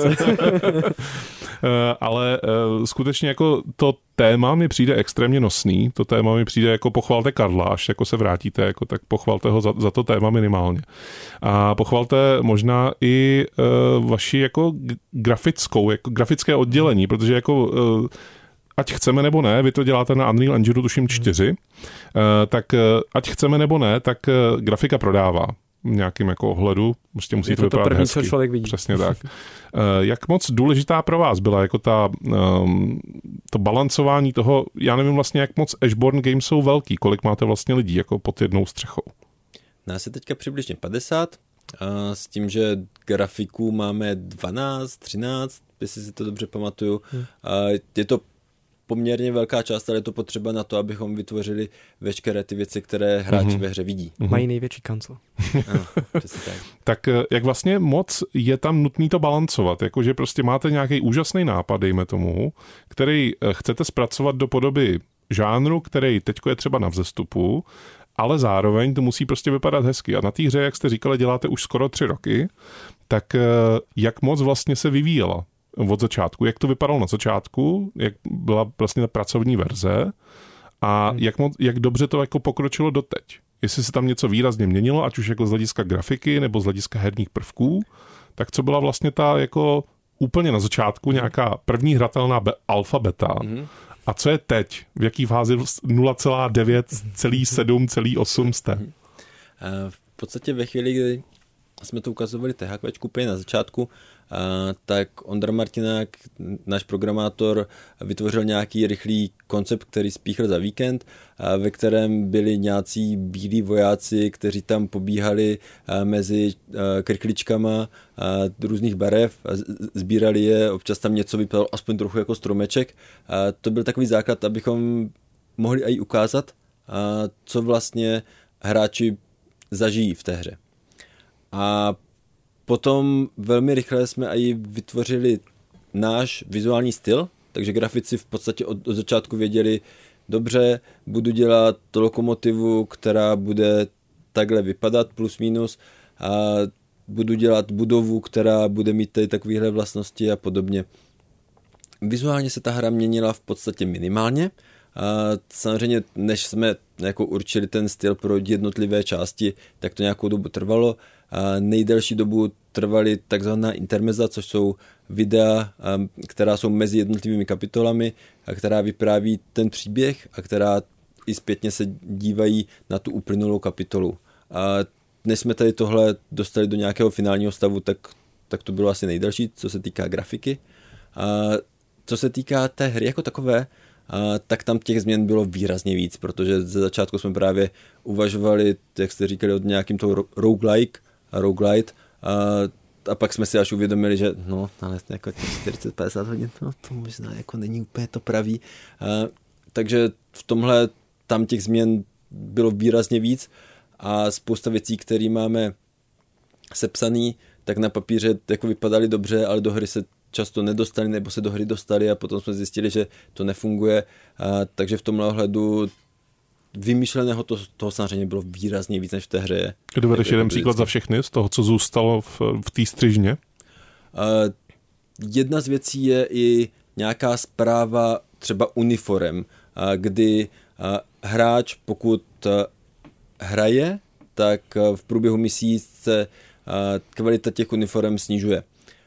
Ale skutečně jako to téma mi přijde extrémně nosný, to téma mi přijde jako pochvalte Karla, až jako se vrátíte, jako, tak pochvalte ho za to téma minimálně. A pochvalte možná i vaši jako grafické oddělení, protože jako ať chceme nebo ne, vy to děláte na Unreal Engine tuším 4, tak ať chceme nebo ne, tak grafika prodává v nějakým jako ohledu, prostě musí to vypadat první, hezky. co člověk vidí. Přesně tak. Jak moc důležitá pro vás byla jako to balancování toho, já nevím vlastně, jak moc Ashborn Games jsou velký, kolik máte vlastně lidí jako pod jednou střechou? Nás je teďka přibližně 50, s tím, že grafiků máme 12, 13, jestli si to dobře pamatuju. Je to poměrně velká část, ale je to potřeba na to, abychom vytvořili veškeré ty věci, které hráči ve hře vidí. Mají největší kancel. Ano, přesně tak. Tak jak vlastně moc je tam nutný to balancovat? Jakože prostě máte nějaký úžasný nápad, dejme tomu, který chcete zpracovat do podoby žánru, který teďko je třeba na vzestupu, ale zároveň to musí prostě vypadat hezky. A na té hře, jak jste říkali, děláte už skoro 3 roky, tak jak moc vlastně se vyvíjela od začátku? Jak to vypadalo na začátku? Jak byla vlastně ta pracovní verze? A jak dobře to jako pokročilo doteď? Jestli se tam něco výrazně měnilo, ať už jako z hlediska grafiky nebo z hlediska herních prvků, tak co byla vlastně ta jako úplně na začátku nějaká první hratelná alfa beta? A co je teď? V jaký fázi 0,9, 7, 8 jste? V podstatě ve chvíli, kdy jsme to ukazovali THQčku úplně na začátku, tak Ondra Martinák, náš programátor, vytvořil nějaký rychlý koncept, který spíchl za víkend, ve kterém byli nějací bílí vojáci, kteří tam pobíhali mezi krkličkama různých barev, sbírali je, občas tam něco vypadalo aspoň trochu jako stromeček. To byl takový základ, abychom mohli i ukázat, co vlastně hráči zažijí v té hře. A potom velmi rychle jsme i vytvořili náš vizuální styl, takže grafici v podstatě od začátku věděli, dobře, budu dělat lokomotivu, která bude takhle vypadat, plus minus, a budu dělat budovu, která bude mít tady takovéhle vlastnosti a podobně. Vizuálně se ta hra měnila v podstatě minimálně. A samozřejmě, než jsme jako určili ten styl pro jednotlivé části, tak to nějakou dobu trvalo. A nejdelší dobu trvaly takzvaná intermezza, což jsou videa, která jsou mezi jednotlivými kapitolami a která vypráví ten příběh a která i zpětně se dívají na tu uplynulou kapitolu. A než jsme tady tohle dostali do nějakého finálního stavu, tak to bylo asi nejdelší, co se týká grafiky. A co se týká té hry jako takové, tak tam těch změn bylo výrazně víc, protože ze začátku jsme právě uvažovali, jak jste říkali, od nějakým toho roguelite, a pak jsme si až uvědomili, že no, ale jako 40-50 hodin, no, to možná jako není úplně to pravý. Takže v tomhle tam těch změn bylo výrazně víc a spousta věcí, které máme sepsaný, tak na papíře jako vypadaly dobře, ale do hry se často nedostali, nebo se do hry dostali a potom jsme zjistili, že to nefunguje. Takže v tomhle ohledu vymýšleného toho samozřejmě bylo výrazně víc než v té hře. Dovedeš jeden příklad za všechny z toho, co zůstalo v té střižně? Jedna z věcí je i nějaká správa třeba uniform, kdy hráč, pokud hraje, tak v průběhu misí se kvalita těch uniform snižuje.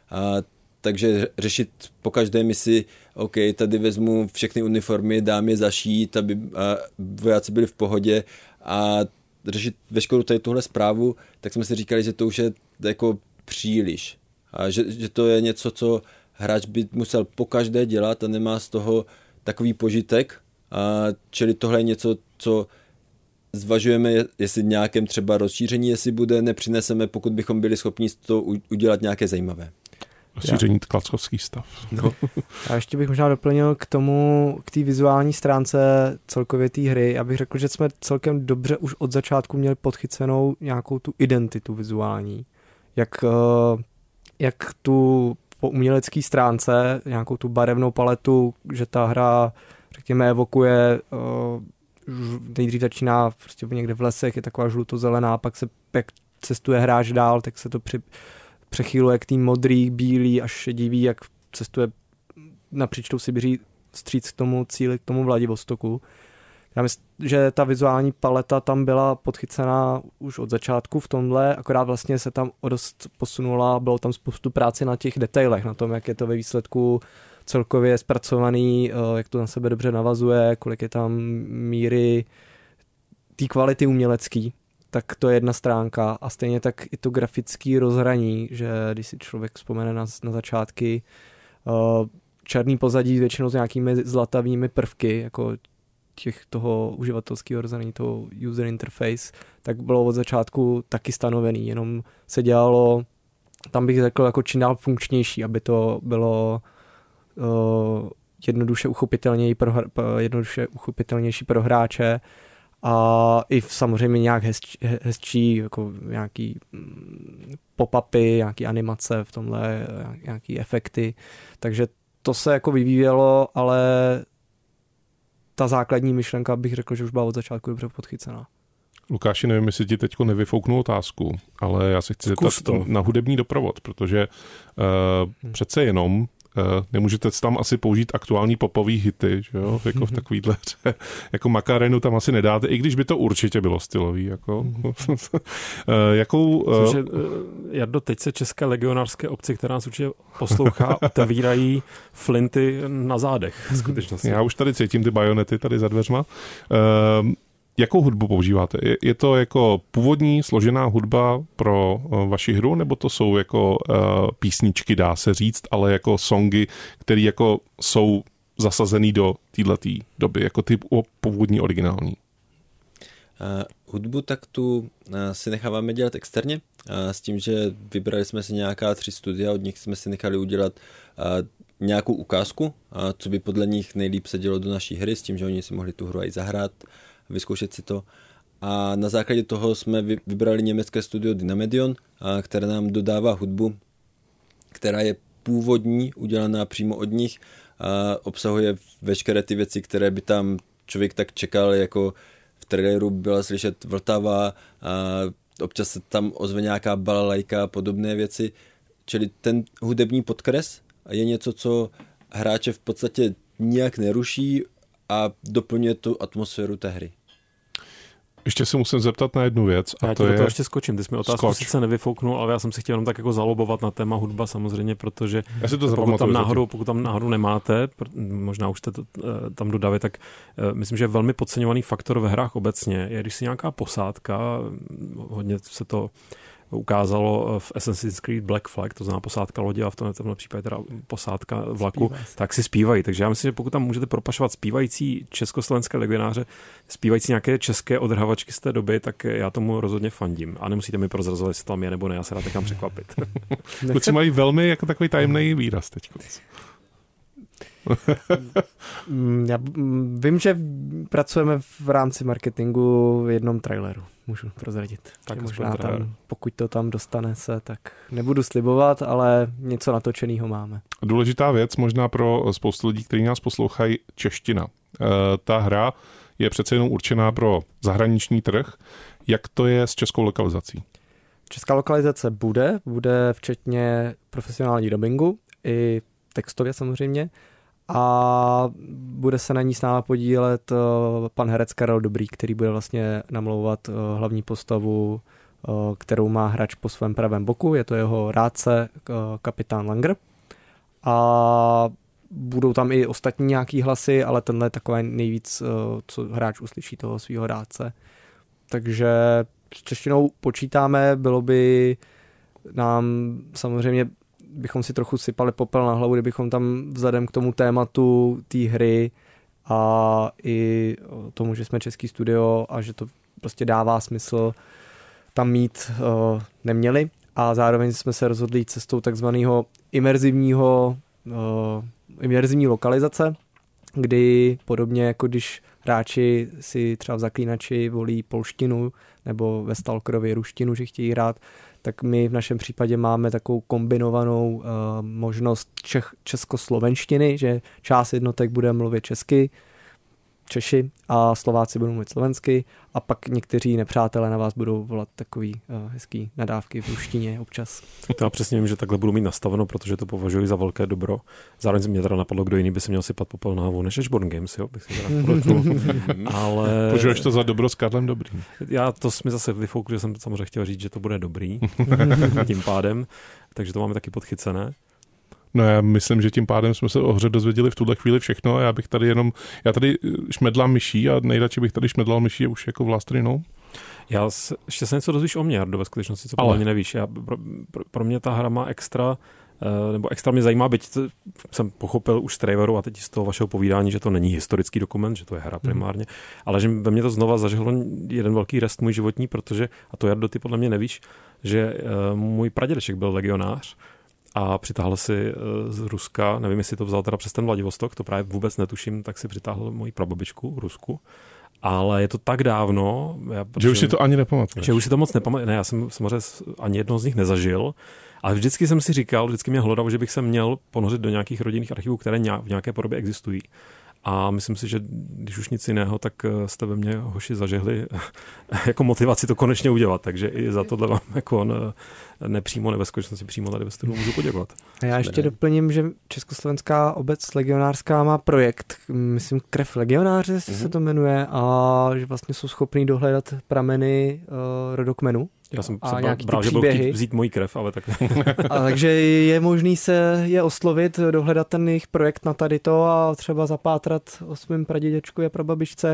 Takže řešit po každé misi, OK, tady vezmu všechny uniformy, dám je zašít, aby vojáci byli v pohodě a řešit veškerou tady tuhle zprávu, tak jsme si říkali, že to už je jako příliš. A že to je něco, co hráč by musel po každé dělat a nemá z toho takový požitek. Čili tohle je něco, co zvažujeme, jestli nějakém třeba rozšíření, jestli bude, nepřineseme, pokud bychom byli schopni z toho udělat nějaké zajímavé. Rozšíření tlackovský stav. No. A ještě bych možná doplnil k té vizuální stránce celkově té hry. Já bych řekl, že jsme celkem dobře už od začátku měli podchycenou nějakou tu identitu vizuální. Jak tu po umělecké stránce, nějakou tu barevnou paletu, že ta hra, řekněme, evokuje, nejdřív začíná prostě někde v lesech, je taková žlutozelená, pak se cestuje hráč dál, tak se to přechýluje k tým modrý, bílý až šedivý, jak cestuje napříč tou Sibiří vstříc k tomu cíli, k tomu Vladivostoku. Já myslím, že ta vizuální paleta tam byla podchycená už od začátku v tomhle, akorát vlastně se tam o dost posunula, bylo tam spoustu práce na těch detailech, na tom, jak je to ve výsledku celkově zpracovaný, jak to na sebe dobře navazuje, kolik je tam míry té kvality umělecký. Tak to je jedna stránka a stejně tak i to grafické rozhraní, že když si člověk vzpomene na začátky, černý pozadí většinou s nějakými zlatavými prvky, jako toho uživatelského rozhraní, toho user interface, tak bylo od začátku taky stanovený, jenom se dělalo, tam bych řekl, jako čím dál funkčnější, aby to bylo jednoduše uchopitelnější pro hráče, a i samozřejmě nějak hezčí, jako nějaký pop-upy, nějaký animace v tomhle, nějaký efekty. Takže to se jako vyvíjelo, ale ta základní myšlenka bych řekl, že už byla od začátku dobře podchycená. Lukáši, nevím, jestli ti teďko nevyfouknu otázku, ale já se chci zeptat na hudební doprovod, protože přece jenom nemůžete tam asi použít aktuální popový hity, že jo? Jako v takovýhle hře. Jako Makarenu tam asi nedáte, i když by to určitě bylo stylový. Jako. Jardo, teď se české legionářské obci, která nás určitě poslouchá, otevírají flinty na zádech. Skutečnosti. Já už tady cítím ty bajonety tady za dveřma. Jakou hudbu používáte? Je to jako původní složená hudba pro vaši hru, nebo to jsou jako písničky, dá se říct, ale jako songy, které jako jsou zasazený do této doby, jako ty původní originální? Hudbu tak tu si necháváme dělat externě, s tím, že vybrali jsme si nějaká 3 studia, od nich jsme si nechali udělat nějakou ukázku, co by podle nich nejlíp se dělo do naší hry, s tím, že oni si mohli tu hru i zahrát, vyzkoušet si to. A na základě toho jsme vybrali německé studio Dynamedion, které nám dodává hudbu, která je původní, udělaná přímo od nich, obsahuje veškeré ty věci, které by tam člověk tak čekal, jako v traileru byla slyšet Vltava, občas se tam ozve nějaká balalajka a podobné věci, čili ten hudební podkres je něco, co hráče v podstatě nijak neruší a doplňuje tu atmosféru té hry. Ještě se musím zeptat na jednu věc. Já ti do toho ještě skočím. Ty jsi mi otázku sice nevyfouknul, ale já jsem si chtěl jenom tak jako zalobovat na téma hudba samozřejmě, protože pokud tam náhodou nemáte, možná už jste to tam dodali, tak myslím, že velmi podceňovaný faktor ve hrách obecně je, když si nějaká posádka, hodně se to ukázalo v Assassin's Creed Black Flag, to znamená posádka lodi a v tomhle případě teda posádka vlaku, tak si zpívají. Takže já myslím, že pokud tam můžete propašovat zpívající československé legionáře, zpívající nějaké české odhravačky z té doby, tak já tomu rozhodně fandím. A nemusíte mi prozrazovat, jestli tam je nebo ne, já se rád nechám překvapit. Kluci mají velmi jako takový tajemný výraz teď. Já vím, že pracujeme v rámci marketingu v jednom traileru. Můžu prozradit. Tak možná tam, pokud to tam dostane se, tak nebudu slibovat, ale něco natočenýho máme. Důležitá věc možná pro spoustu lidí, kteří nás poslouchají, čeština. Ta hra je přece jenom určená pro zahraniční trh. Jak to je s českou lokalizací? Česká lokalizace bude včetně profesionální dabingu i textově samozřejmě. A bude se na ní s náma podílet pan herec Karel Dobrý, který bude vlastně namlouvat hlavní postavu, kterou má hráč po svém pravém boku. Je to jeho rádce, kapitán Langer. A budou tam i ostatní nějaký hlasy, ale tenhle je takový nejvíc, co hráč uslyší toho svého rádce. Takže s češtinou počítáme, bylo by nám samozřejmě bychom si trochu sypali popel na hlavu, kdybychom tam vzhledem k tomu tématu té hry a i tomu, že jsme český studio a že to prostě dává smysl tam mít neměli. A zároveň jsme se rozhodli cestou takzvaného imerzivní lokalizace, kdy podobně jako když hráči si třeba v Zaklínači volí polštinu nebo ve Stalkerově ruštinu, že chtějí hrát, tak my v našem případě máme takovou kombinovanou možnost českoslovenštiny, že část jednotek bude mluvit česky, Češi a Slováci budou mluvit slovensky a pak někteří nepřátelé na vás budou volat takový hezký nadávky v ruštině občas. To já přesně vím, že takhle budu mít nastaveno, protože to považuji za velké dobro. Zároveň mě teda napadlo, kdo jiný by se měl sypat popel na hlavu než Ashborn Games, jo, bych si teda podotknul. Ale považuješ to za dobro s Karlem Dobrým? Já to mi zase vyfoukl, že jsem samozřejmě chtěl říct, že to bude dobrý tím pádem, takže to máme taky podchycené. No já myslím, že tím pádem jsme se o hře dozvěděli v tuhle chvíli všechno a já tady šmedlám myší a nejradši bych tady šmedlal myší už jako v Last Train Home. Ještě se něco dozvíš o mě, Jardo, ve skutečnosti, co podle mě nevíš. Pro mě ta hra má extra mě zajímá, byť jsem pochopil už z traileru a teď z toho vašeho povídání, že to není historický dokument, že to je hra primárně, ale že ve mně to znova zažilo jeden velký rest můj životní, protože, a to Jardo, ty podle mě nevíš, že můj pradědeček byl legionář a přitáhl si z Ruska, nevím, jestli to vzal teda přes ten Vladivostok, to právě vůbec netuším, tak si přitáhl moji prababičku v Rusku. Ale je to tak dávno, že už si to ani nepamatuješ. Že už si to moc nepamatuju. Ne, já jsem samozřejmě ani jednoho z nich nezažil, ale vždycky jsem si říkal, vždycky mě hlodalo, že bych se měl ponořit do nějakých rodinných archivů, které v nějaké podobě existují. A myslím si, že když už nic jiného, tak jste ve mně, hoši, zažehli jako motivaci to konečně udělat. Takže i za tohle vám jako nepřímo, ve skutečnosti přímo tady ve studiu můžu poděkovat. A já ještě doplním, že Československá obec legionářská má projekt, myslím Krev legionáře se to jmenuje, a že vlastně jsou schopní dohledat prameny rodokmenu. Já jsem bral, že byl chtít vzít moji krev, ale tak. A takže je možný se je oslovit, dohledat ten jejich projekt na tady to a třeba zapátrat o svým praděděčku a prababičce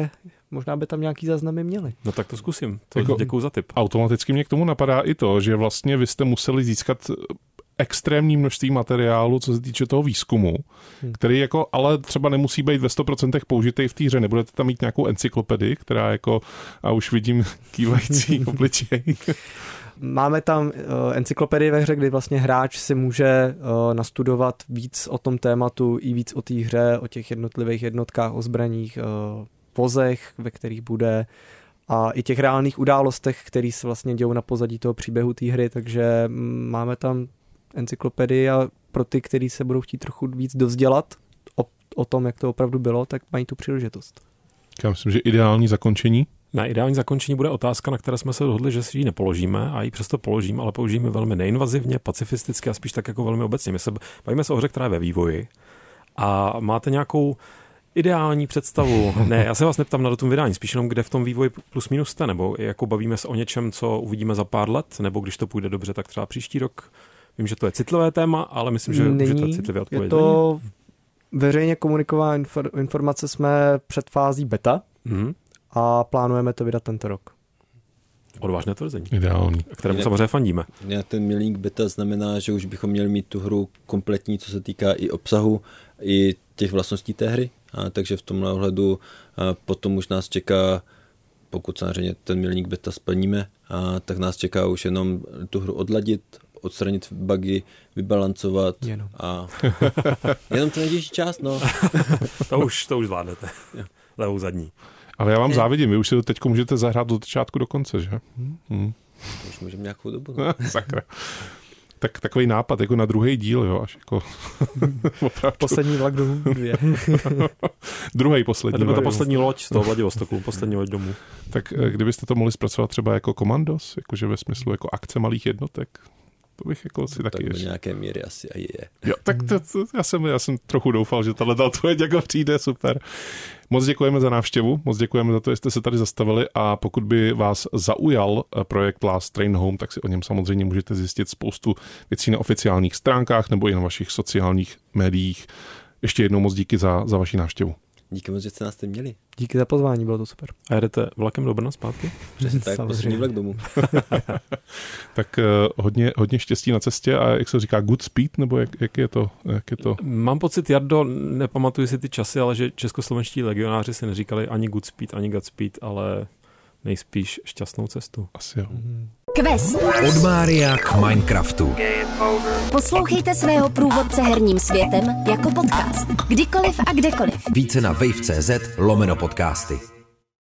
možná by tam nějaký záznamy měli. No tak to zkusím. Děkuju za tip. Automaticky mě k tomu napadá i to, že vlastně vy jste museli získat extrémní množství materiálu, co se týče toho výzkumu, který jako ale třeba nemusí být ve 100% použitý v té hře. Nebudete tam mít nějakou encyklopedii, která jako, a už vidím kývající obličej. Máme tam encyklopedii ve hře, kdy vlastně hráč si může nastudovat víc o tom tématu i víc o té hře, o těch jednotlivých jednotkách, o zbraních, vozech, ve kterých bude, a i těch reálných událostech, které se vlastně dějou na pozadí toho příběhu té hry, takže máme tam encyklopedii a pro ty, kteří se budou chtít trochu víc dovzdělat o tom, jak to opravdu bylo, tak mají tu příležitost. Já myslím, že ideální zakončení. Na ideální zakončení bude otázka, na které jsme se dohodli, že si ji nepoložíme, a ji přesto položím, ale použijeme velmi neinvazivně, pacifisticky a spíš tak jako velmi obecně. Bavíme se o hře, která je ve vývoji, a máte nějakou ideální představu? Ne, já se vás neptám na datum vydání, spíš jenom kde v tom vývoji plus minus jste, nebo jako bavíme se o něčem, co uvidíme za pár let, nebo když to půjde dobře, tak třeba příští rok. Vím, že to je citlivé téma, ale myslím, že můžete citlivě odpovědět. Je to veřejně komunikovaná informace, jsme před fází beta a plánujeme to vydat tento rok. Odvážné tvrzení. Ideální. Kterému samozřejmě fandíme. Ten milník beta znamená, že už bychom měli mít tu hru kompletní, co se týká i obsahu, i těch vlastností té hry. Takže v tomhle ohledu potom už nás čeká, pokud samozřejmě ten milník beta splníme, tak nás čeká už jenom tu hru odladit, odstranit bugy, vybalancovat. A jenom to nejtěžší část, no. to už zvládnete. Levou zadní. Ale já vám závidím, vy už si to teď můžete zahrát od začátku do konce, že? To už můžeme nějakou dobu. No. Sakra. Tak takový nápad, jako na druhý díl, jo, až jako poslední vlak domů. Druhý poslední. To je poslední loď z toho Vladivostoku, poslední loď domů. Tak kdybyste to mohli zpracovat třeba jako komandos, jakože ve smyslu jako akce malých jednotek, to bych jako si taky... Tak do nějaké míry asi a je. Jo, tak já jsem trochu doufal, že tahle odpověď jako přijde, super. Moc děkujeme za návštěvu, moc děkujeme za to, že jste se tady zastavili, a pokud by vás zaujal projekt Last Train Home, tak si o něm samozřejmě můžete zjistit spoustu věcí na oficiálních stránkách nebo i na vašich sociálních médiích. Ještě jednou moc díky za vaši návštěvu. Díky moc, že jste nás měli. Díky za pozvání, bylo to super. A jedete vlakem do Brna zpátky? Přesně tak, poslední vlak domů. Tak hodně štěstí na cestě, a jak se říká, good speed, nebo jak je to? Mám pocit, Jardo, nepamatuji si ty časy, ale že českoslovenští legionáři si neříkali ani good speed, ani Godspeed, ale nejspíš šťastnou cestu. Asi jo. Quest. Od Mária k Minecraftu. Poslouchejte svého průvodce herním světem jako podcast. Kdykoliv a kdekoliv. Více na wave.cz/podcasty.